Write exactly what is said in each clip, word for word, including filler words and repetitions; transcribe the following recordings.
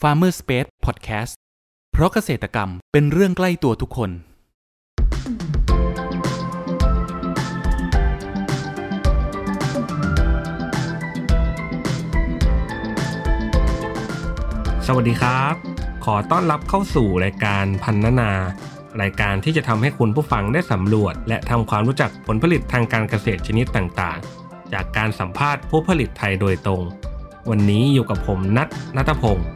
Farmer Space Podcast เพราะเกษตรกรรมเป็นเรื่องใกล้ตัวทุกคนสวัสดีครับขอต้อนรับเข้าสู่รายการพันนานารายการที่จะทำให้คุณผู้ฟังได้สำรวจและทำความรู้จักผลผลิตทางการเกษตรชนิดต่างๆจากการสัมภาษณ์ผู้ผลิตไทยโดยตรงวันนี้อยู่กับผมนัท ณัฐพงศ์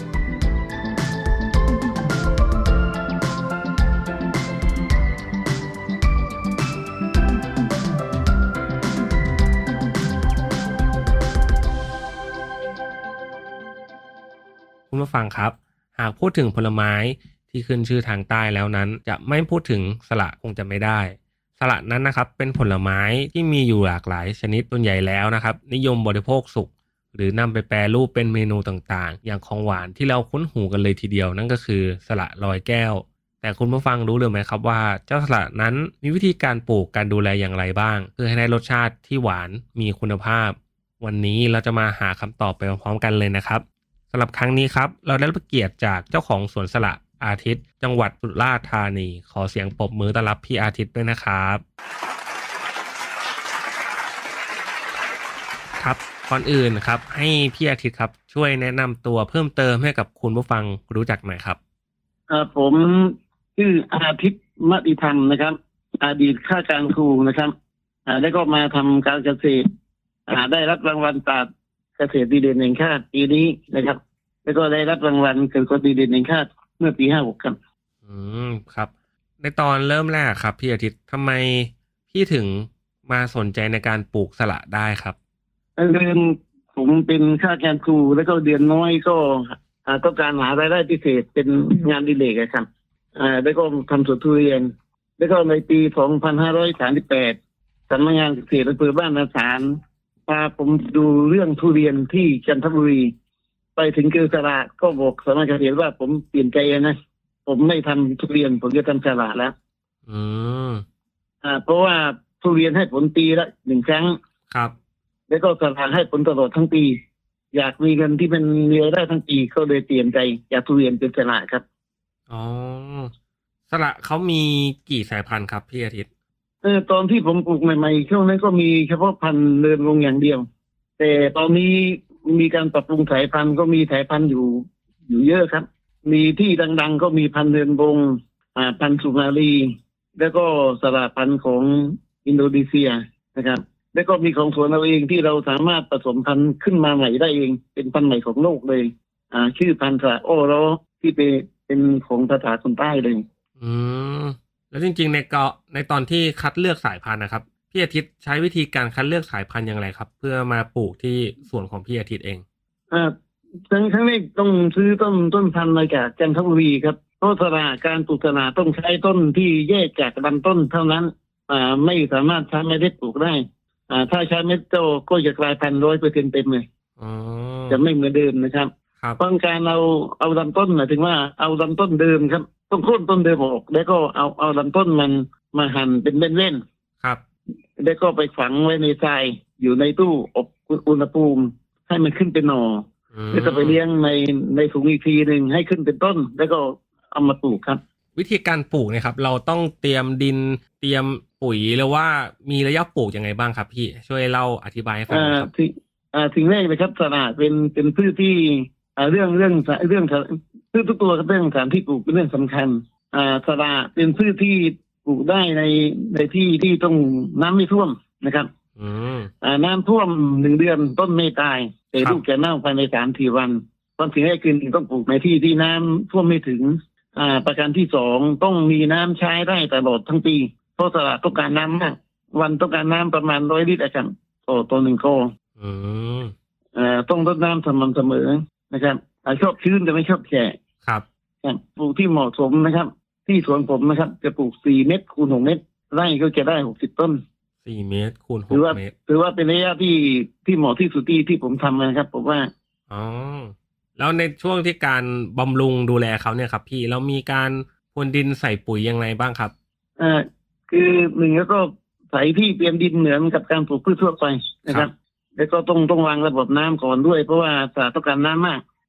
คุณผู้ฟังครับหากพูดถึงผลไม้ที่ขึ้นชื่อทางใต้แล้วนั้นจะไม่พูดถึงสละคงจะไม่ได้สละนั้นนะครับเป็นผลไม้ที่มีอยู่หลากหลายชนิดส่วนใหญ่แล้วนะครับนิยมบริโภคสุกหรือนำไปแปรรูปเป็นเมนูต่างๆอย่างของหวานที่เราคุ้นหูกันเลยทีเดียวนั่นก็คือสละลอยแก้วแต่คุณผู้ฟังรู้หรือไม่ครับว่าเจ้าสละนั้นมีวิธีการปลูกการดูแลอย่างไรบ้างเพื่อให้ได้รสชาติที่หวานมีคุณภาพวันนี้เราจะมาหาคำตอบไปพร้อมๆกันเลยนะครับสำหรับครั้งนี้ครับเราได้รับเกียรติจากเจ้าของสวนสละอาทิตย์จังหวัดสุราษฎร์ธานีขอเสียงปรบมือต้อนรับพี่อาทิตย์ด้วยนะครับครับก่อนอื่นครับให้พี่อาทิตย์ครับช่วยแนะนำตัวเพิ่มเติมให้กับคุณผู้ฟังรู้จักหน่อยครับอ่าผมชื่ออาทิตย์มติธรรมนะครับอดีตข้าการครูนะครับอ่าแล้วก็มาทำการเกษตรอ่าได้รับรางวัลปราชญ์เกษตรดีเด่นแห่งชาติปีนี้นะครับแล้วก็ได้รับรางวัลเกษตรดีเด่นแห่งชาติเมื่อปีห้าสิบหกครับอืมครับในตอนเริ่มแรกครับพี่อาทิตย์ทำไมพี่ถึงมาสนใจในการปลูกสละได้ครับเดือนผมเป็นข้าการครูแล้วก็เดือนน้อยก็อ่าต้องการหารายได้พิเศษเป็นงานอดิเรกครับอ่าแล้วก็ทำสวนทุเรียนแล้วก็ในปีสองพันห้าร้อยสามสิบแปดสำนักงานเกษตรอำเภอบ้านนาสารพาผมดูเรื่องทุเรียนที่จันทบุรีไปถึงเกษตรก็บอกสำนักงานเกษตรว่าผมเปลี่ยนใจนะผมไม่ทำทุเรียนผมจะทำสละแล้วอืมอ่าเพราะว่าทุเรียนให้ผลปีละหนึ่งครั้งครับแล้วก็สละให้ผลตลอดทั้งปีอยากมีเงินที่เป็นมีรายได้ทั้งปีก็เลยเปลี่ยนใจอยากทุเรียนเป็นสละครับอ๋อสละเขามีกี่สายพันธุ์ครับพี่อาทิตย์เออตอนที่ผมปลูกใหม่ๆช่วงนั้นก็มีเฉพาะพันธุ์เดินลงอย่างเดียวแต่ตอนนี้มีการปรับปรุงสายพันธุ์ก็มีสายพันธุ์อยู่อยู่เยอะครับมีที่ดังๆก็มีพันธุ์เดินบงอ่าพันธุ์สุมาลีแล้วก็สละพันธุ์ของอินโดนีเซียนะครับแล้วก็มีของสวนเราเองที่เราสามารถผสมพันธุ์ขึ้นมาใหม่ได้เองเป็นพันธุ์ใหม่ของโลกเลยอ่าชื่อพันธุ์สละโอโรที่เป็นเป็นของภาษาคนใต้เลยอืมแล้วจริงๆในเกาะในตอนที่คัดเลือกสายพันธุ์นะครับพี่อาทิตย์ใช้วิธีการคัดเลือกสายพันธุ์อย่างไรครับเพื่อมาปลูกที่สวนของพี่อาทิตย์เองอ่าครั้งครั้งแรกต้องซื้อต้นต้นพันธุ์มาจากจันทบุรีครับเพราะสละการปลูกสละต้องใช้ต้นที่แยกจากลำต้นเท่านั้นอ่าไม่สามารถใช้เมล็ดปลูกได้อ่าถ้าใช้เม็ดโตก็จะกลายพันธุ์ร้อยเปอร์เซ็นต์เต็มเลยอ๋อจะไม่เหมือนเดิมนะครับเพราะการเราเอาลำต้นหมายถึงว่าเอาลำต้นเดิมครับต้องโค่นต้นเดิมออกแล้วก็เอาเอาลำต้นมันมาหั่นเป็นเล่นๆครับแล้วก็ไปฝังไว้ในทรายอยู่ในตู้อบอุณหภูมิให้มันขึ้นเป็นหน่อแล้วก็ไปเลี้ยงในในถุงอีกทีนึงให้ขึ้นเป็นต้นแล้วก็เอามาปลูกครับวิธีการปลูกเนี่ยครับเราต้องเตรียมดินเตรียมปุ๋ยหรือว่ามีระยะปลูกยังไงบ้างครับพี่ช่วยเล่าอธิบายให้ฟังหน่อยครับอ่าสิ่งแรกเลยครับสละเป็นเป็นพืชที่อ่าเรื่องเรื่องเรื่องพืชทุกตัวเรื่องสถานที่ปลูกเป็นเรื่องสำคัญอ่าสละเป็นพืชที่ปลูกได้ในในที่ที่ต้องน้ำไม่ท่วมนะครับอืมอ่าน้ำท่วมหนึ่งเดือนต้นไม่ตายแต่ลูกจะเน่าภายในสามสี่วันความสิ่งแรกคือต้องปลูกในที่ที่น้ำท่วมไม่ถึงอ่าประการที่สองต้องมีน้ำใช้ได้ตลอดทั้งปีเพราะสละต้องการน้ำมากวันต้องการน้ำประมาณร้อยลิตรอาจารย์ต่อตัวหนึ่งโคอืมอ่าต้องรดน้ำสม่ำเสมอนะครับชอบชื้นแต่ไม่ชอบแฉะครับปลูกที่เหมาะสมนะครับที่สวนผมนะครับจะปลูกสี่เมตรคูณหกเมตรไร่ก็จะได้หกสิบต้นสี่เมตรคูณหกเมตรถือว่าเป็นระยะที่ที่เหมาะที่สุดที่ที่ผมทำนะครับผมว่าอ๋อแล้วในช่วงที่การบำรุงดูแลเขาเนี่ยครับพี่เรามีการพรวนดินใส่ปุ๋ยยังไงบ้างครับอ่าคือหนึ่งแล้วก็ใส่ที่เตรียมดินเหมือนกับการปลูกพืชทั่วไปนะครับแล้วก็ต้องต้องวางระบบน้ำก่อนด้วยเพราะว่าสระต้องการน้ำมาก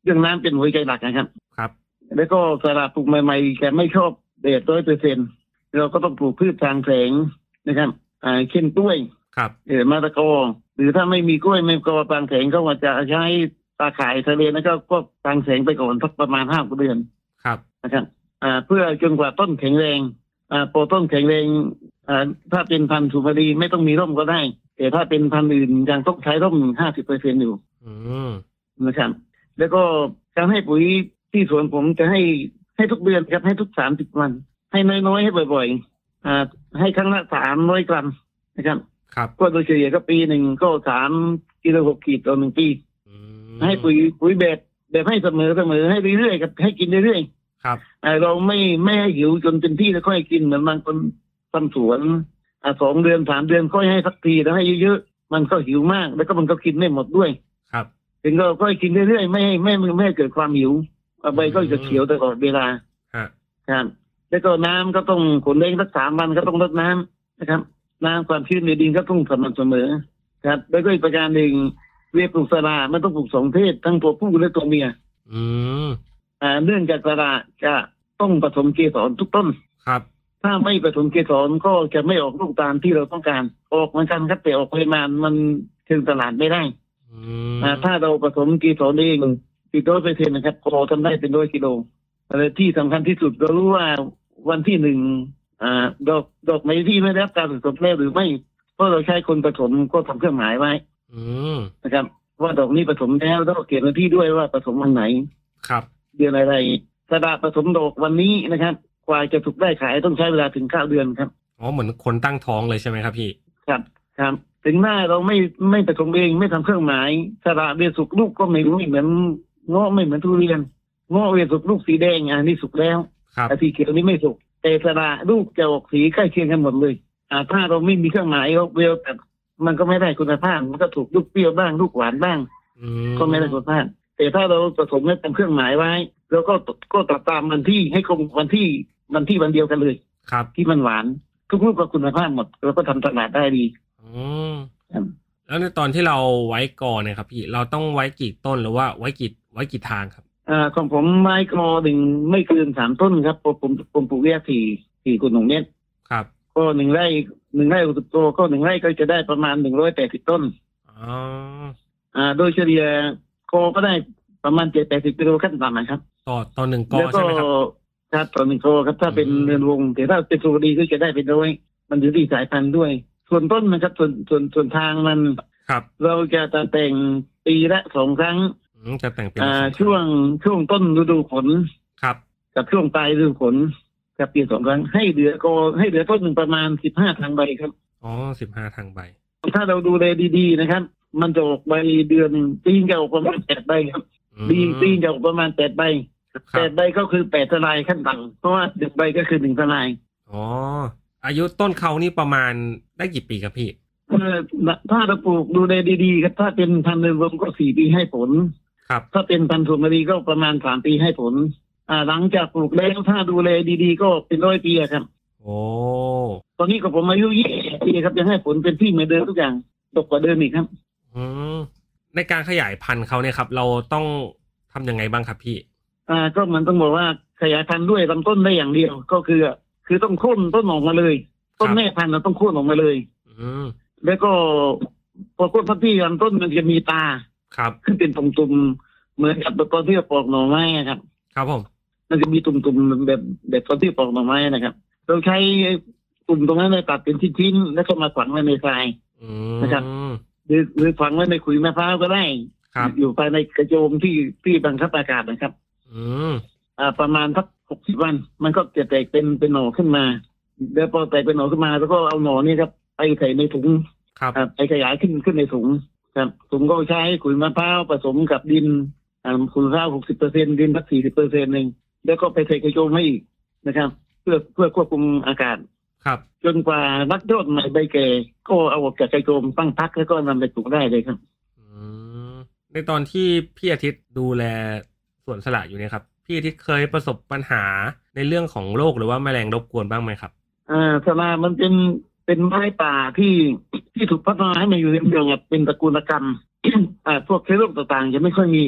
เรื่องน้ำเป็นหัวใจหลักนะครับครับแล้วก็สละปลูกใหม่ๆแต่ไม่ชอบแดดร้อยเปอร์เซ็นต์เราก็ต้องปลูกพืชทางแสงนะครับอ่าเช่นกล้วยครับเออมะละกอหรือถ้าไม่มีกล้วยไม่กอทางแสงก็ว่าจะใช้ตาข่ายทะเลนะครับก็ทางแสงไปก่อนสักประมาณห้าเดือนครับนะครับอ่าเพื่อจนกว่าต้นแข็งแรงอ่าพอต้นแข็งแรงอ่าถ้าเป็นพันธุ์สุมาลีไม่ต้องมีร่มก็ได้แต่ถ้าเป็นพันธุ์อื่นยังต้องใช้ร่มห้าสิบเปอร์เซ็นต์อยู่อืมนะครับแล้วก็การให้ปุ๋ยที่สวนผมจะให้ให้ทุกเดือนครับให้ทุกสามสิบวันให้น้อยๆให้บ่อยๆอ่าให้ครั้งละสามร้อยกรัมนะครับครับก็โดยเฉลี่ยก็ปีหนึ่งก็สามกิโลหกขีดต่อหนึ่งปีให้ปุ๋ยปุ๋ยแบบแบบให้เสมอเสมอให้เรื่อยๆกับให้กินเรื่อยๆครับเราไม่ไม่ให้หิวจนเต็มที่แล้วค่อยกินเหมือนบางคนทำสวนอ่าสองเดือนสามเดือนค่อยให้สักทีแล้วให้เยอะๆมันก็หิวมากแล้วก็มันก็กินไม่หมดด้วยครับถึงเราก็กินเรื่อยๆไม่ให้ไม่ไม่ให้เกิดความหิวใบก็จะเขียวตลอดเวลาครับแล้วก็น้ำก็ต้องขนเล้งสักสามวันก็ต้องลดน้ำนะครับน้ำความชื้นในดินก็ต้องสม่ำเสมอครับแล้วก็อีกประการหนึ่งเวลาปลูกสละมันต้องปลูกสองเพศทั้งตัวผู้และตัวเมียอืมอ่าเนื่องจากสละจะต้องผสมเกสรทุกต้นครับถ้าไม่ผสมเกสรก็จะไม่ออกลูกตามที่เราต้องการออกเหมือนกันครับแต่ออกปริมาณมันถึงตลาดไม่ได้อ่าถ้าเราผสมเกสรเองติดร้อยเปอร์เซ็นต์นะครับพอทำได้เป็นร้อยกิโลอะไรที่สำคัญที่สุดเรารู้ว่าวันที่หนึ่งอ่าดอกดอกไม้ที่ไม่ได้รับการผสมแล้วหรือไม่เพราะเราใช้คนผสมก็ทำเครื่องหมายไว้นะครับว่าดอกนี้ผสมแล้วแล้วเขียนวันที่ด้วยว่าผสมวันไหนครับเดือนอะไรสละผสมดอกวันนี้นะครับกว่าจะถูกได้ขายต้องใช้เวลาถึงเก้าเดือนครับอ๋อเหมือนคนตั้งท้องเลยใช่ไหมครับพี่ครับครับถึงหน้าเราไม่ไม่ผสมเองไม่ทำเครื่องหมายสละเวสุกลูกก็ไม่รู้เหมือนเงาะไม่เหมือนทุเรียนเงาะเวสุกลูกสีแดงอ่ะนี่สุกแล้วแต่สีเขียวนี่ไม่สุกแต่สละลูกจะออกสีใกล้เคียงกันหมดเลยอ่าถ้าเราไม่มีเครื่องหมายเวลแต่มันก็ไม่ได้คุณภาพมันก็ถูกลูกเปรี้ยวบ้างลูกหวานบ้างก็ไม่ได้คุณภาพแต่ถ้าเราผสมให้เป็นเครื่องหมายไว้แล้วก็ก็ตัดตามวันที่ให้คงวันที่วันที่วันเดียวกันเลยครับที่มันหวานทุกลูกก็คุณภาพหมดแล้วก็ทำตลาดได้ดีอืมแล้วในตอนที่เราไว้กอเนี่ยครับพี่เราต้องไว้กี่ต้นหรือว่าไว้กี่ไว้กี่ทางครับอ่าของผมไม้กอหนึ่งไม่เกินสามต้นครับผมผมผมปลูกแยกสี่สี่กุ่นหนึ่งเมตรครับก็หนึ่งไร่หนึ่งไร่หกสิบตัวก็หนึ่งไร่ก็จะได้ประมาณหนึ่งร้อยแปดสิบต้นอ๋ออ่าโดยเฉลี่ยกอก็ได้ประมาณเจ็ดแปดสิบกิโลขั้นต่ำนะครับต่อต่อหนึ่งกอใช่ไหมครับครับต่อหนึ่งกอครับถ้าเป็นเรือนวงแต่ถ้าเป็นสุรีก็จะได้เป็นร้อยมันอยู่ที่สายพันธุ์ด้วยส่วนต้นนะครับส่วนส่วนส่วนทางมันครับเราจะแต่งปีละสองครั้งจะแต่งปีอ่าช่วงช่วงต้นฤดูฝนครับกับช่วงปลายฤดูฝนกับปีสองครั้งให้เหลือก็ให้เหลือต้นหนึ่งประมาณสิบห้าทางใบครับอ๋อสิบห้าทางใบถ้าเราดูแลดีๆนะครับมันจะออกใบเดือนปีนจะออกประมาณแปดใบครับปีปีนจะออกประมาณแปดใบแปดใบก็คือแปดทลายขั้นต่ำเพราะว่าหนึ่งใบก็คือหนึ่งทลายอ๋ออายุต้นเขานี่ประมาณได้กี่ปีครับพี่เออถ้าเราปลูกดูแลดีๆครับถ้าเป็นพันธุ์เรือนรวมก็สี่ปีให้ผลครับถ้าเป็นพันธุ์สุมาลีก็ประมาณสามปีให้ผลอ่าหลังจากปลูกแล้วถ้าดูแลดีๆก็เป็นร้อยปีครับโอ้ตอนนี้ก็ผมอายุยี่สิบปีครับยังให้ผลเป็นที่เหมือนเดิมทุกอย่างตกกว่าเดิมอีกครับอืมในการขยายพันธุ์เขาเนี่ยครับเราต้องทำยังไงบ้างครับพี่อ่าก็มันต้องบอกว่าขยายพันธุ์ด้วยลำต้นได้อย่างเดียวก็คือคือต้องโค่นต้นออกมาเลยต้นแม่พันธุ์เราต้องโค่นออกมาเลยอืมแล้วก็พอโค่นพันธุ์ที่ลำต้นมันจะมีตาครับขึ้นเป็นตุ่มๆเหมือนกับตอนที่เราปอกหน่อไม้ครับครับผมมันจะมีตุ่มๆแบบแบบตอนที่ปอกหน่อไม้นะครับเราใช้ตุ่มตรงนั้นเลยตัดเป็นชิ้นๆแล้วก็มาฝังไว้ในทรายนะครับหรือหรือฝังไว้ในขุยมะพร้าวก็ได้อยู่ภายในกระโจมที่ที่บังคับอากาศนะครับอืมอ่าประมาณสักหกสิบวันมันก็จะแตกเป็นเป็นหน่อขึ้นมาแล้วพอแตกเป็นหน่อขึ้นมาแล้วก็เอาหน่อนี่ครับไปใส่ในถุงครับไปขยายขึ้นขึ้นในถุงครับถุงก็ใช้ขุยมะพร้าวผสมกับดินอ่าขุยมะพร้าวหกสิบเปอร์เซ็นต์ดินสักสี่สิบเปอร์เซ็นต์หนึ่งแล้วก็ไปใส่กระโจมให้อีกนะครับเพื่อเพื่อควบคุมอากาศครับจนกว่ารักยอดใหม่ใบแก่ก็เอาออกจากกระโจมตั้งพักแล้วก็นำไปปลูกได้เลยครับอืมในตอนที่พี่อาทิตย์ดูแลสวนสละอยู่เนี่ยครับพี่อาทิตย์เคยประสบปัญหาในเรื่องของโรคหรือว่าแมลงรบกวนบ้างไหมครับอ่าสละมันเป็นเป็นไม้ป่าที่ที่ถูกพัฒนาให้มาอยู่ในเมืองเป็นตระกูลกรรมอ่าพวกเชื้อโรคต่างๆจะไม่ค่อยมีครับ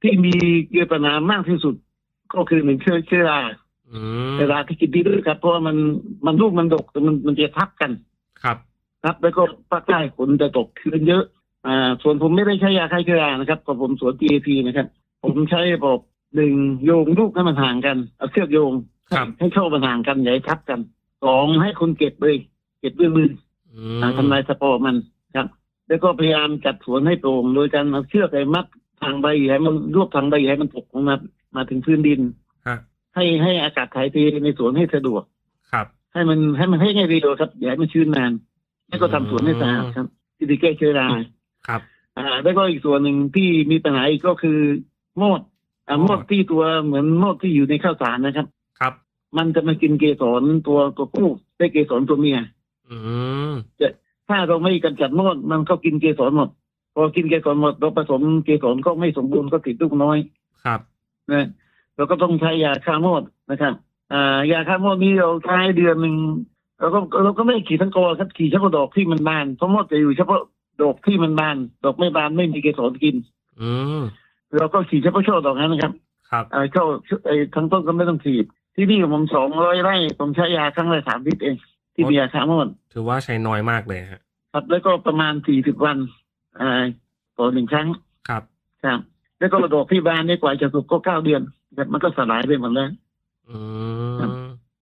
ที่มีเกิดปัญหามากที่สุดก็คือหนึ่งเชื้อเชื้อราเชื้อราที่กินดีด้วยครับเพราะว่ามันมันลูกมันดกมันมันจะทับกันครับครับแล้วก็ภาคใต้ฝนจะตกคืนเยอะอ่าส่วนผมไม่ได้ใช้ยาฆ่าเชื้อรานะครับเพราะผมสวน จี เอ พี นะครับผมใช้แบบหนึ่งโยงลูกให้มันห่างกันเอาเชือกโยงให้เข้ามันห่างกันอย่าให้ทับกันสองให้คนเก็บเลยเก็บด้วยมือทำลายสปอร์มันครับแล้วก็พยายามจัดสวนให้โปร่งโดยการเอาเชือกไปมัดทางใบให้มันรวบทางใบให้มันตกลงมามาถึงพื้นดินให้ให้อากาศถ่ายเทในสวนให้สะดวกครับให้มันให้มันให้ง่ายดีเลยครับอย่าให้มันชื้นนานแล้วก็ทำสวนให้สะอาดครับที่จะแก้เชื้อราครับอ่าแล้วก็อีกส่วนหนึ่งที่มีปัญหาอีกก็คือมดอ่ามดที่ตัวเหมือนมดที่อยู่ในข้าวสารนะครับครับมันจะมากินเกสรตัวตัวผู้ได้เกสรตัวเมียอืมจะถ้าเราไม่กำจัดมดมันก็กินเกสรหมดพอกินเกสรหมดเราผสมเกสรก็ไม่สมบูรณ์ก็ติดลูกน้อยครับนะเราก็ต้องใช้ยาฆ่ามดนะครับอ่ายาฆ่ามดนี้เราใช้เดือนหนึ่งเราก็เราก็ไม่ขี่ทั้งกอครับขี่เฉพาะดอกที่มันบานเพราะมดจะอยู่เฉพาะดอกที่มันบานดอกไม่บานไม่มีเกสรกินอืมเราก็ขี่เฉพาะช่อดอกนั้นนะครับครับอ่าช่อไอ้ทั้งต้นก็ไม่ต้องฉีดที่นี่ผมสองร้อยไร่ผมใช้ยาครั้งละสามลิตรเองที่มียาฆ่ามดถือว่าใช้น้อยมากเลยฮะครับแล้วก็ประมาณสี่สิบวันอ่าต่อหนึ่งครั้งครับครับแล้วก็ดอกที่บานนี่กว่าจะสุกก็เก้าเดือนแต่มันก็สลายไปหมดแล้วอืม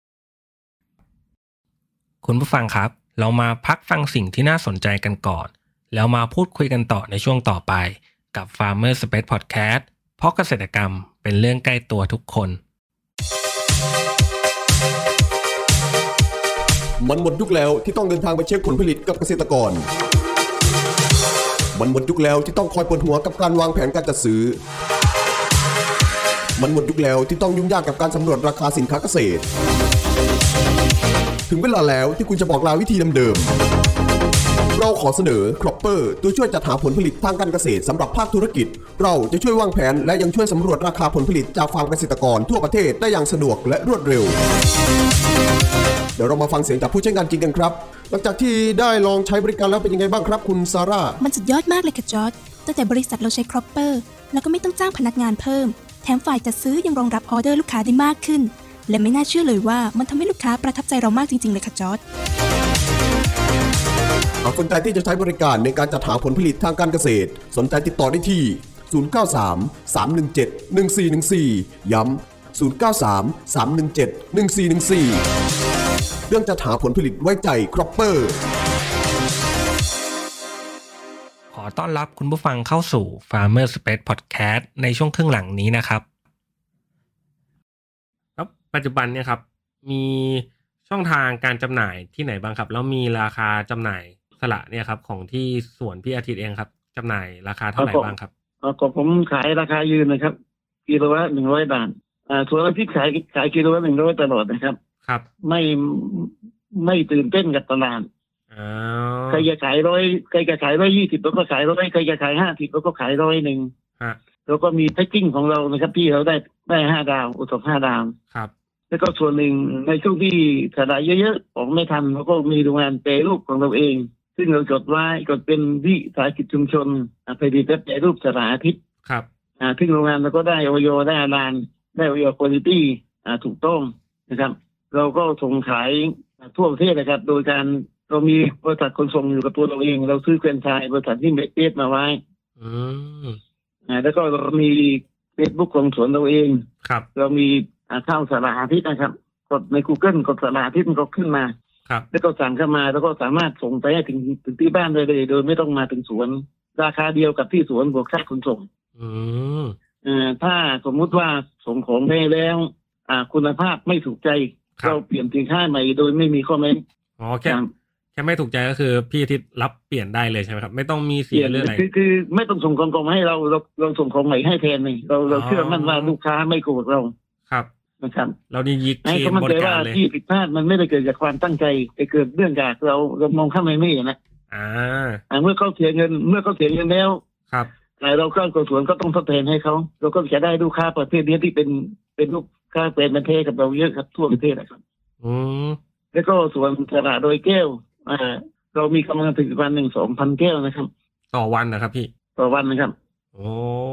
คุณผู้ฟังครับเรามาพักฟังสิ่งที่น่าสนใจกันก่อนแล้วมาพูดคุยกันต่อในช่วงต่อไปกับ Farmer Space Podcast เพราะเกษตรกรรมเป็นเรื่องใกล้ตัวทุกคนมันหมดยุคแล้วที่ต้องเดินทางไปเช็คผลผลิตกับเกษตรกรมันหมดยุคแล้วที่ต้องคอยปวดหัวกับการวางแผนการจัดซื้อมันหมดยุคแล้วที่ต้องยุ่งยากกับการสำรวจราคาสินค้าเกษตรถึงเวลาแล้วที่คุณจะบอกลาวิธีเดิมๆเราขอเสนอ Cropper ตัวช่วยจัดหาผลผลิตทางการเกษตรสำหรับภาคธุรกิจเราจะช่วยวางแผนและยังช่วยสำรวจราคาผลผลิตจากฟาร์มเกษตรกรทั่วประเทศได้อย่างสะดวกและรวดเร็วเดี๋ยวเรามาฟังเสียงจากผู้ใช้งานจริงกันครับหลังจากที่ได้ลองใช้บริการแล้วเป็นยังไงบ้างครับคุณซาร่ามันสุดยอดมากเลยค่ะจอร์จตั้งแต่บริษัทเราใช้ Cropper แล้วก็ไม่ต้องจ้างพนักงานเพิ่มแถมฝ่ายจัดซื้อยังรองรับออเดอร์ลูกค้าได้มากขึ้นและไม่น่าเชื่อเลยว่ามันทำให้ลูกค้าประทับใจเรามากจริงๆเลยค่ะจอร์จหากสนใจที่จะใช้บริการในการจัดหาผลผลิตทางการเกษตรสนใจติดต่อได้ที่ศูนย์ เก้า สาม สาม หนึ่ง เจ็ด หนึ่ง สี่ หนึ่ง สี่ย้ำศูนย์ เก้า สาม สาม หนึ่ง เจ็ด หนึ่ง สี่ หนึ่ง สี่เรื่องจัดหาผลผลิตไว้ใจ Cropper ขอต้อนรับคุณผู้ฟังเข้าสู่ Farmer Space Podcast ในช่วงครึ่งหลังนี้นะครับแล้วปัจจุบันเนี่ยครับมีช่องทางการจำหน่ายที่ไหนบ้างครับแล้วมีราคาจำหน่ายสละเนี่ยครับของที่สวนพี่อาทิตย์เองครับจำหน่ายราคาเท่าไหร่บ้างครับอ๋อก็ผมขายราคายืนนะครับกิโลละหนึ่งร้อยบาทอ่าส่วนที่ขายขายกิโลละหนึ่งร้อยตลอดนะครับครับไม่ไม่ตื่นเต้นกับตลาดอ๋อใครจะขายร้อยใครจะขายร้อยยี่สิบเราก็ขายร้อยใครจะขายห้าสิบเราก็ขายร้อยหนึ่งฮะแล้วก็มีแพ็คกิ้งของเรานะครับที่เราได้ได้ห้าดาวอุตสาหห้าดาวครับแล้วก็ส่วนหนึ่งในช่วงที่สลายเยอะๆของไม่ทันเราก็มีโรงงานแปรรูปของเราเองซึ่งเราจดไว้ก็เป็นวิสาหกิจชุมชนผลิตและแปรรูปสลายอาทิตย์ครับอ่าซึ่งโรงงานเราก็ได้ออยได้อาลานได้ออยคุณภาพอ่าถูกต้องนะครับเราก็ส่งขายทั่วประเทศนะครับโดยการเรามีบริษัทขนส่งอยู่กับตัวเราเองเราซื้อแฟรนไชส์บริษัทที่เมเอสมาไว้อืมอ่าแล้วก็เรามี Facebook ของสวนเราเองครับเรามีข้าวสลายอาทิตย์นะครับกดใน Google กดสลายอาทิตย์มันก็ขึ้นมาครับแล้วก็สั่งเข้ามาแล้วก็สามารถส่งไปให้ถึงถึงที่บ้านเลยโดยไม่ต้องมาถึงสวนราคาเดียวกับที่สวนบวกค่าขนส่งอืมอ่าถ้าสมมุติว่าส่งของไปแล้วอ่าคุณภาพไม่ถูกใจเราเปลี่ยนสินค้าใหม่โดยไม่มีข้อแม้อ๋อแค่แค่ไม่ถูกใจก็คือพี่อาทิตย์รับเปลี่ยนได้เลยใช่ไหมครับไม่ต้องมีเสียเรื่องอะไรคือคือไม่ต้องส่งของกองมาให้เราเราเราส่งของใหม่ให้แทนเลยเราเราเชื่อมั่นว่าลูกค้าไม่โกรธเราครับนะครับเราดียิกให้เขามั่นใจว่าที่ผิดพลาดมันไม่ได้เกิดจากความตั้งใจแต่เกิดเรื่องจากเราเรามองข้ามไม่เห็นนะอ่าเมื่อเขาเสียเงินเมื่อเขาเสียเงินแล้วครับแต่เราก็กสวนก็ต้องทดแทนให้เขาเราก็จะได้ลูกค้าประเภทนี้ที่เป็นเป็นลูกค้าเป็นประเทศกับเราเยอะครับทั่วประเทศนะครับอืมแล้วก็ส่วนตลาดโดยแก้วอ่าเรามีกำลังผลิตวันหนึ่งสองพันแก้วนะครับต่อวันนะครับพี่ต่อวันนะครับโอ้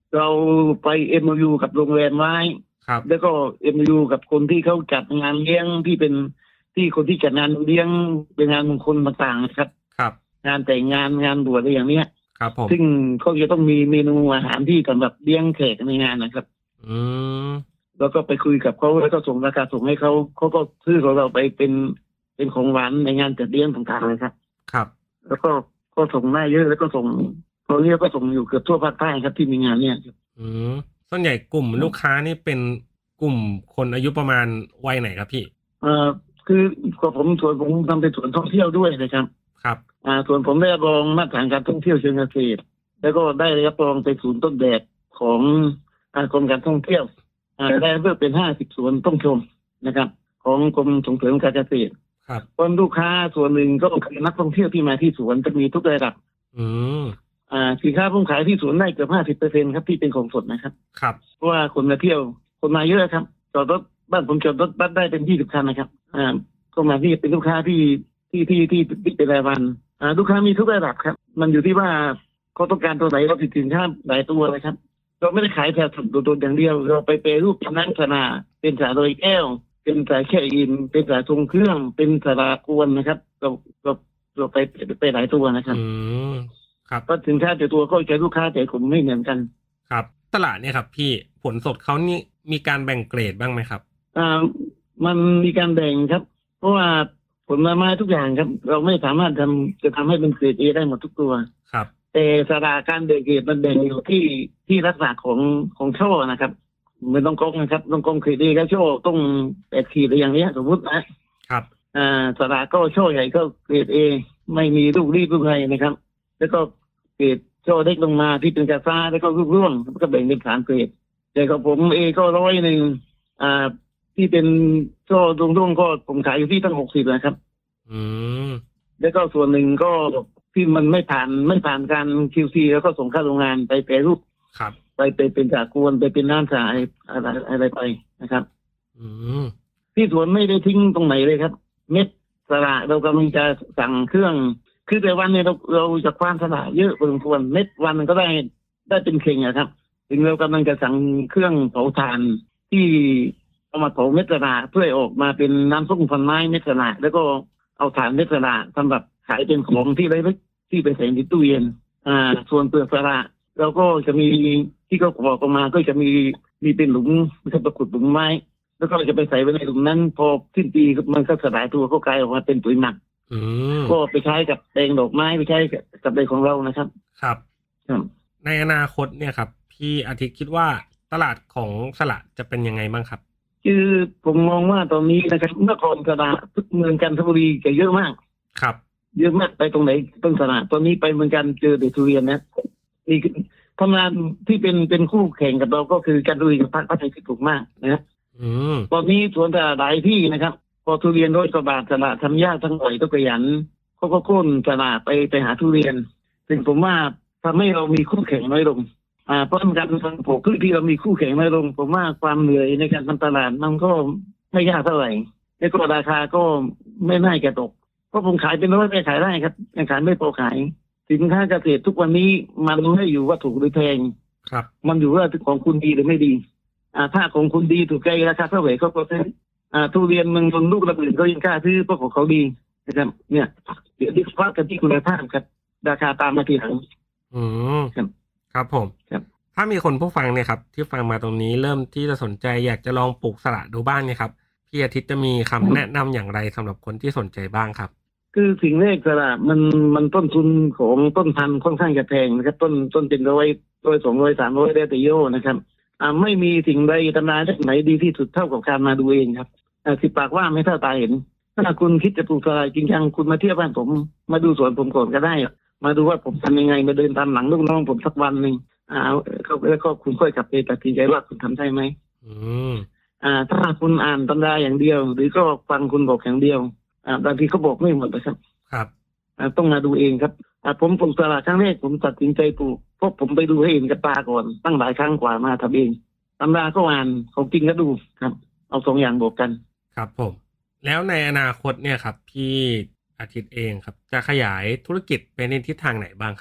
เราไป เอ็ม โอ ยู กับโรงแรมไว้ครับแล้วก็ เอ็ม โอ ยู กับคนที่เขาจัดงานเลี้ยงที่เป็นที่คนที่จัดงานเลี้ยงเป็นงานมงคลต่างๆนะครับครับงานแต่งงานงานบวชอะไรอย่างเนี้ยครับผมซึ่งเขาจะต้องมีเมนูอาหารที่สำหรับเลี้ยงแขกในงานนะครับอืมแล้วก็ไปคุยกับเขาแล้วก็ส่งราคาส่งให้เขาเขาก็ซื้อของเราไปเป็นเป็นของหวานในงานจัดเลี้ยงต่างๆเลยครับครับแล้วก็ก็ส่งได้เยอะแล้วก็ส่งตอนนี้ก็ส่งอยู่เกือบทั่วภาคใต้ครับที่มีงานเนี่ยอืมส่วนใหญ่กลุ่มลูกค้านี่เป็นกลุ่มคนอายุประมาณวัยไหนครับพี่เอ่อคือผมส่วนผมทำเป็นสวนท่องเที่ยวด้วยนะครับครับอ่าส่วนผมได้รับรองมาตรฐานการท่องเที่ยวเชิงเกษตรแล้วก็ได้รับรองเป็นศูนย์ต้นแบบของอ่ากรมการท่องเที่ยวอ่าได้เลือกเป็นห้าสิบสวนต้องชมนะครับของกรมส่งเสริมการเกษตรครับคนลูกค้าส่วนหนึ่งก็คือนักท่องเที่ยวที่มาที่สวนจะมีทุกระดับอืมอ่าสินค้าผมขายที่สวนได้เกือบห้าสิบเปอร์เซ็นต์ครับที่เป็นของสดนะครับครับเพราะว่าคนมาเที่ยวคนมาเยอะครับจอดรถบ้านผมจอดรถบัสได้เป็นยี่สิบคันนะครับอ่าก็มาที่เป็นลูกค้าที่ที่ที่ที่ที่เป็นรายวันอ่าลูกค้ามีทุกระดับครับมันอยู่ที่ว่าเขาต้องการตัวไหนเราติดสินค้าหลายตัวเลยครับเราไม่ได้ขายแต่สดโดดๆอย่างเดียวเราไปแปรรูปเป็นน้ำชนาเป็นสาโรยแก้วเป็นสาแค่อินเป็นสาทรงเครื่องเป็นสารากวนนะครับเราเราเราไปไปหลายตัวนะครับอืมครับก็สินค้าแต่ตัวก็ใช้ลูกค้าแต่กลุ่มไม่เหมือนกันครับตลาดเนี่ยครับพี่ผลสดเขานี่มีการแบ่งเกรดบ้างไหมครับอ่ามันมีการแบ่งครับเพราะว่าผลไม้ทุกอย่างครับเราไม่สามารถทำจะทำให้เป็นเกรด A ได้หมดทุกตัวครับแต่สาราการแบ่งเกรดมันแบ่งอยู่ที่ที่ลักษณะของของช่อนะครับไม่ต้องกงนะครับต้องกงเกรด A ก็ช่อต้องแปดขีดอะไรอย่างนี้สมมตินะครับอ่าสาราก็ช่อใหญ่ก็เกรด A ไม่มีลูกรีบลูกไรนะครับแล้วก็เกรดช่อเล็กลงมาที่เป็นกาซ่าแล้วก็ลูกร่วงก็แบ่งเป็นสามเกรดแต่ของผมเอก็ร้อยหนึ่งอ่าที่เป็นช่อร่วงๆก็ผมขายอยู่ที่ตั้งหกสิบนะครับอืมแล้วก็ส่วนหนึ่งก็ที่มันไม่ผ่านไม่ผ่านการ คิว ซี แล้วก็ส่งเข้าโรงงานไปแปรรูปครับไปไปเป็นสากวนไปเป็นน้ำสายอะไรอะไรไปนะครับอืมที่สวนไม่ได้ทิ้งตรงไหนเลยครับเม็ดสละเรากำลังจะสั่งเครื่องคือแต่วันนี้เราเราจะคว้านสละเยอะพอสมควรเม็ดวันมันก็ได้ได้เป็นเข่งอะครับถึงเรากำลังจะสั่งเครื่องเผาถ่านที่เอามาเผาเม็ดสละเพื่อออกมาเป็นน้ำส้มพันไม้เม็ดสละแล้วก็เอาถ่านเม็ดสละสำหรับขายเป็นของที่เล็กๆที่ไปใส่ในตู้เย็นอ่าส่วนเปลือกสละเราก็จะมีที่เขาบอกออกมาก็จะมีมีเป็นหลุมมันจะประขุดหลุมไม้แล้วก็จะไปใส่ไว้ในหลุมนั้นพอสิ้นปีมันก็สลายตัวก็กลายออกมาเป็นปุ๋ยหมักก็ไปใช้กับแปลงดอกไม้ไปใช้กับใบของเรานะครับครับในอนาคตเนี่ยครับพี่อาทิตย์คิดว่าตลาดของสละจะเป็นยังไงบ้างครับคือผมมองว่าตอนนี้นะครับเมื่อก่อนสละเมืองจันทบุรีจะเยอะมากครับเยอะมากไปตรงไหนต้นสละตอนนี้ไปเมืองจันทร์เจอแต่ทุเรียนนะนี่ทำงานที่เป็นเป็นคู่แข่งกับเราก็คือจันทบุรีกับภาคใต้ที่ถูกมากนะตอนนี้สวนสละหลายที่นะครับพอทุเรียนร้อยกว่าบาทสละทำยากทั้งหน่อยต้องขยันเขาก็โค่นสละไปไปหาทุเรียนซึ่งผมว่าทำให้เรามีคู่แข่งน้อยลงอ่าเพราะการทำผลพืชที่เรามีคู่แข่งน้อยลงผมว่าความเหนื่อยในการทำตลาดมันก็ไม่ยากเท่าไหร่แล้วก็ราคาก็ไม่น่าจะตกเพราะผมขายเป็นร้อยไม่ขายได้ครับยังขายไม่พอขายสินค้าเกษตรทุกวันนี้มันไม่อยู่ว่าถูกหรือแพงครับมันอยู่ว่าของคุณดีหรือไม่ดีอ่าถ้าของคุณดีถูกใจราคาเท่าไหร่เขาก็ซื้ออ่าทุเรียนเมืองนนท์ลูกละหมื่นก็ยังกล้าซื้อเพราะของเขาดีนะครับเนี่ยเดี๋ยวที่ว่ากันที่คุณภาพครับราคาตามมาทีหลังอืมครับครับผมครับถ้ามีคนผู้ฟังเนี่ยครับที่ฟังมาตรงนี้เริ่มที่จะสนใจอยากจะลองปลูกสละดูบ้างเนี่ยครับพี่อาทิตย์จะมีคำแนะนำอย่างไรสำหรับคนที่สนใจบ้างครับคือสิ่งแรกสละมันมันต้นทุนของต้นพันธุ์ค่อนข้างจะแพงนะครับต้นต้นเป็นร้อยร้อยสองร้อยสามร้อยได้แต่โยนะครับอ่าไม่มีสิ่งใดตำนานไหนดีที่สุดเท่ากับการมาดูเองครับอ่าสิบปากว่าไม่เท่าตาเห็นถ้าคุณคิดจะปลูกสละจริงจังคุณมาเที่ยวบ้านผมมาดูสวนผมก่อนก็ได้มาดูว่าผมทำยังไงมาเดินตามหลังลูกน้องผมสักวันหนึ่งอ่าเขาแล้วก็คุณค่อยกลับไปตัดสินใจว่าคุณทำได้ไหมอืมอ่าถ้าคุณอ่านตำราอย่างเดียวหรือก็ฟังคุณบอกอย่างเดียวอ่าบางทีเขาบอกไม่หมดนะครับครับอ่าต้องมาดูเองครับอ่าผมปลูกสละครั้งแรกผมตัดสินใจปลูกเพราะผมไปดูให้เห็นกับตาก่อนตั้งหลายครั้งกว่ามาทำเองตำราก็อ่านของจริงก็ดูครับเอาสองอย่างบวกกันครับผมแล้วในอนาคตเนี่ยครับพี่อาทิตย์เองครับจะขยายธุรกิจไปในทิศทางไหนบ้างครับ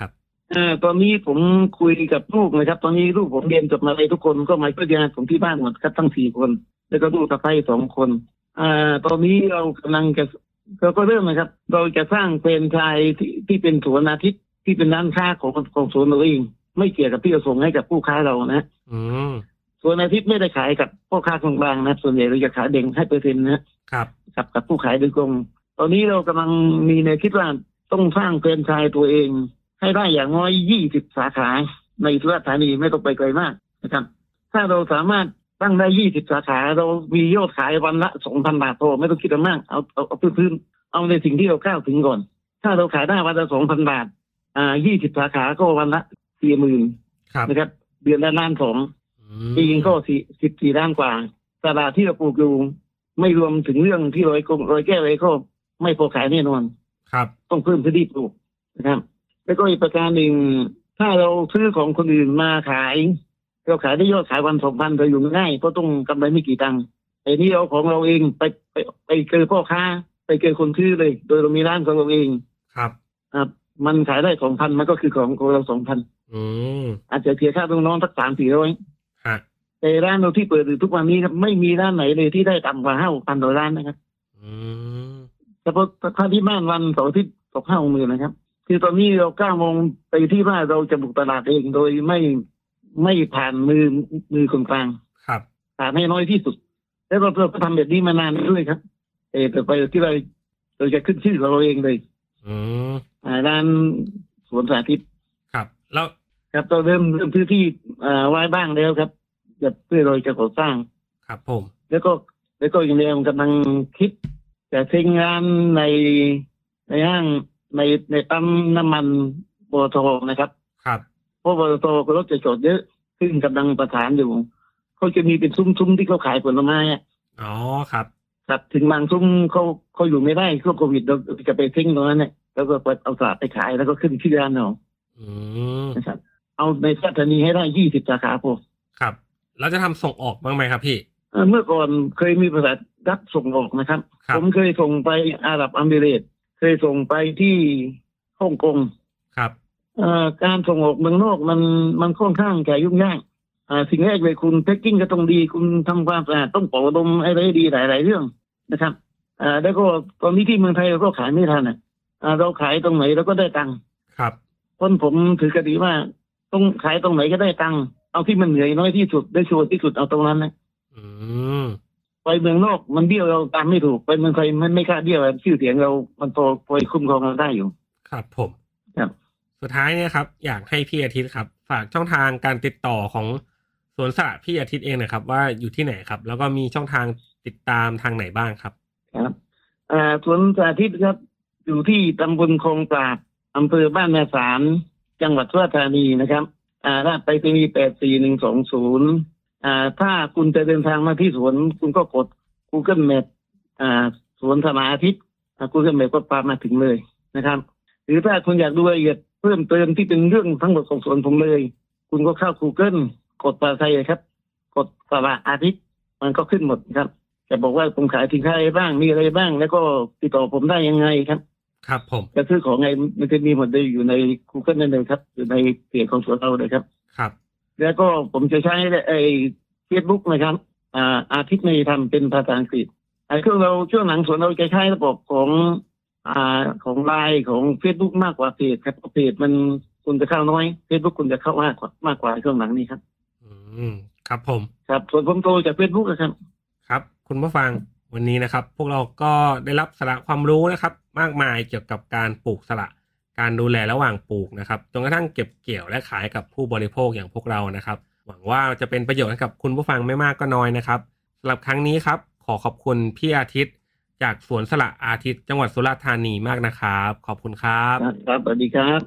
อ่าตอนนี้ผมคุยกับลูกนะครับตอนนี้ลูกผมเรียนจบมาเลยทุกคนก็มาช่วยงานผมที่บ้านหมดครับทั้งสี่คนแล้วก็ลูกสะใภ้สองคนอ่าตอนนี้เรากำลังจะเราก็เริ่มนะครับเราจะสร้างแฟรนไชส์ที่ที่เป็นสวนอาทิตย์ที่เป็นร้านค้าของของสวนเราเองไม่เกี่ยวกับที่จะส่งให้กับผู้ค้าเรานะอืมสวนอาทิตย์ไม่ได้ขายกับพ่อค้าคนกลางนะส่วนใหญ่เราจะขายเด้งให้เปอร์เซ็นต์นะครับกับกับผู้ขายโดยตรงตอนนี้เรากำลังมีแนวคิดว่าต้องสร้างแฟรนไชส์ตัวเองให้ได้อย่างน้อยยี่สิบสาขาในสุราษฎร์ธานีไม่ต้องไปไกลมากนะครับถ้าเราสามารถตั้งได้ยี่สิบสาขาเรามียอดขายวันละ สองพัน บาทพอไม่ต้องคิดมากเอาเอาเอาพื้นๆเอาในสิ่งที่เราก้าวถึงก่อนถ้าเราขายได้วันละ สองพัน บาทอ่ายี่สิบสาขาก็วันละ สี่หมื่น นะครับเดือนละล้านสองปีนึงก็สิบสี่ล้านกว่าตลาดที่เราปลูกอยู่ไม่รวมถึงเรื่องที่รอยกงรอยแก้วอะไรก็ไม่พอขายแน่นอนครับต้องเพิ่มพื้นที่ปลูกนะครับแล้วก็อีกประการหนึ่งถ้าเราซื้อของคนอื่นมาขายเราขายได้ยอดขายวันสองพันเราอยู่ง่ายเพราะต้องกำไรไม่กี่ตังค์ไอ้นี่เอาของเราเองไปไปไปเจอพ่อค้าไปเจอคนซื้อเลยโดยเรามีร้านของเราเองครับครับมันขายได้สองพันมันก็คือของของเราสองพันอืมอาจจะเสียค่าลูกน้องสักสามสี่ร้อยฮะแต่ร้านเราที่เปิดอยู่ทุกวันนี้ครับไม่มีร้านไหนเลยที่ได้ต่ำกว่าห้าพันต่อร้านนะครับอืมเฉพาะถ้าที่บ้านวันเสาร์อาทิตย์ตกห้าหมื่นนะครับคือตอนนี้เราเก้าโมงไปที่ว่าเราจะบุกตลาดเองโดยไม่ไม่ผ่านมือมือคนกลางครับผ่านให้น้อยที่สุดแล้วเราเราทำแบบนี้มานานด้วยครับเออแต่ไปที่เราเราจะขึ้นชื่อของเราเองเลยอืมอ่าร้านสวนสาธิตครับแล้วครับเราเริ่มเริ่มพื้นที่อ่าไว้บ้างแล้วครับจะเพื่อเราจะก่อสร้างครับผมแล้วก็แล้วก็อย่างเดียวกำลังคิดจะทิ้งงานในในห้างในในปั๊มน้ำมันปตท.นะครับครับเพราะปตท.ก็รถจะจอดเยอะซึ่งกำลังประสานอยู่เขาจะมีเป็นซุ้มๆที่เขาขายผลไม้อ๋อครับครับถึงบางซุ้มเขาเขาอยู่ไม่ได้ช่วงโควิดเราจะไปทิ้งตรงนั้นเนี่ยแล้วก็เอาสลากไปขายแล้วก็ขึ้นที่ร้านเราอืมนะครับเอาในสุราษฎร์ธานีให้ได้ยี่สิบสาขาพอครับเราจะทำส่งออกบ้างไหมครับพี่เมื่อก่อนเคยมีบริษัทรับส่งออกนะครับผมเคยส่งไปอาหรับเอมิเรตส์เคยส่งไปที่ฮ่องกงครับการส่งออกเมืองนอกมันมันค่อนข้างแก่ยุ่งยากสิ่งแรกเลยคุณแพ็คกิ้งก็ต้องดีคุณทำความสะอาดต้องเป่าลมอะไรดีหลายๆเรื่องนะครับแล้วก็ตอนนี้ที่เมืองไทยเราก็ขายไม่ทันอ่ะเราขายตรงไหนเราก็ได้ตังค์ครับเพราะผมถือกติว่าต้องขายตรงไหนก็ได้ตังค์เอาที่มันเหนื่อยน้อยที่สุดได้ชัวร์ที่สุดเอาตรงนั้นนะอืมไปเมืองนอกมันเบี้ยวเราตามไม่ถูกไปเมืองไทยมันไม่ค่าเบี้ยวชื่อเสียงเรามันพอพอคุ้มครองเราได้อยู่ครับผมครับสุดท้ายเนี่ยครับอยากให้พี่อาทิตย์ครับฝากช่องทางการติดต่อของสวนสระพี่อาทิตย์เองนะครับว่าอยู่ที่ไหนครับแล้วก็มีช่องทางติดตามทางไหนบ้างครับครับอ่าสวนสระอาทิตย์ครับอยู่ที่ตำบลคลองปราบอำเภอบ้านนาสารจังหวัดสุราษฎร์ธานีนะครับอ่าถ้าไปที่นี่แปดสี่หนึ่งสองศูนย์อ่าถ้าคุณจะเดินทางมาที่สวนคุณก็กด Google Map อ่าสวนสระอาทิตย์อ่า Google Map ก็พามาถึงเลยนะครับหรือถ้าคุณอยากดูรายละเอียดเพิ่มเติมที่เป็นเรื่องทั้งหมดของสวนผมเลยคุณก็เข้า Google กดภาษาไทยครับกดสระอาทิตย์มันก็ขึ้นหมดครับจะบอกว่าผมขายสินค้าอะไรบ้างมีอะไรบ้างแล้วก็ติดต่อผมได้ยังไงครับครับผมจะซื้อของไงมันจะมีหมดเลยอยู่ใน Google นั่นเลยครับอยู่ในเพจของสวนเราเลยครับครับแล้วก็ผมจะใช้ไอ้ Facebook นะครับอ่าอาทิตย์ในทำเป็นภาษาอังกฤษไอ้เครื่องเราช่วงหลังสวนเราจะใช้ระบบของอ่าของไลน์ของ Facebook มากกว่าเพจครับเพจมันคุณจะเข้าน้อย Facebook คุณจะเข้ามากกว่ามากกว่าช่วงหลังนี้ครับอืมครับผมครับส่วนผมโตจาก Facebook นะครับครับคุณผู้ฟังวันนี้นะครับพวกเราก็ได้รับสาระความรู้นะครับมากมายเกี่ยวกับการปลูกสละการดูแลระหว่างปลูกนะครับจนกระทั่งเก็บเกี่ยวและขายกับผู้บริโภคอย่างพวกเรานะครับหวังว่าจะเป็นประโยชน์ให้กับคุณผู้ฟังไม่มากก็น้อยนะครับสำหรับครั้งนี้ครับขอขอบคุณพี่อาทิตย์จากสวนสละอาทิตย์จังหวัดสุราษฎร์ธานีมากนะครับขอบคุณครับครับสวัสดีครับ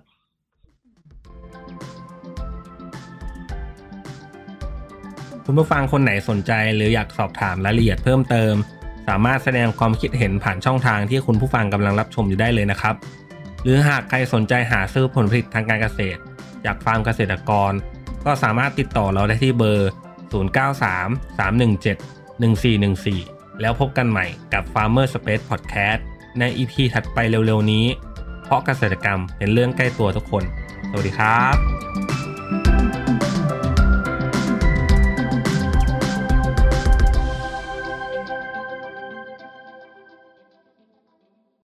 คุณผู้ฟังคนไหนสนใจหรืออยากสอบถามรายละเอียดเพิ่มเติมสามารถแสดงความคิดเห็นผ่านช่องทางที่คุณผู้ฟังกำลังรับชมอยู่ได้เลยนะครับหรือหากใครสนใจหาซื้อผลผลิตทางการเกษตรจากฟาร์มเกษตรกรก็สามารถติดต่อเราได้ที่เบอร์ศูนย์ เก้า สาม สาม หนึ่ง เจ็ด หนึ่ง สี่ หนึ่ง สี่แล้วพบกันใหม่กับ Farmer Space Podcast ใน อี พี ถัดไปเร็วๆนี้เพราะเกษตรกรรมเป็นเรื่องใกล้ตัวทุกคนสวัสดีครับ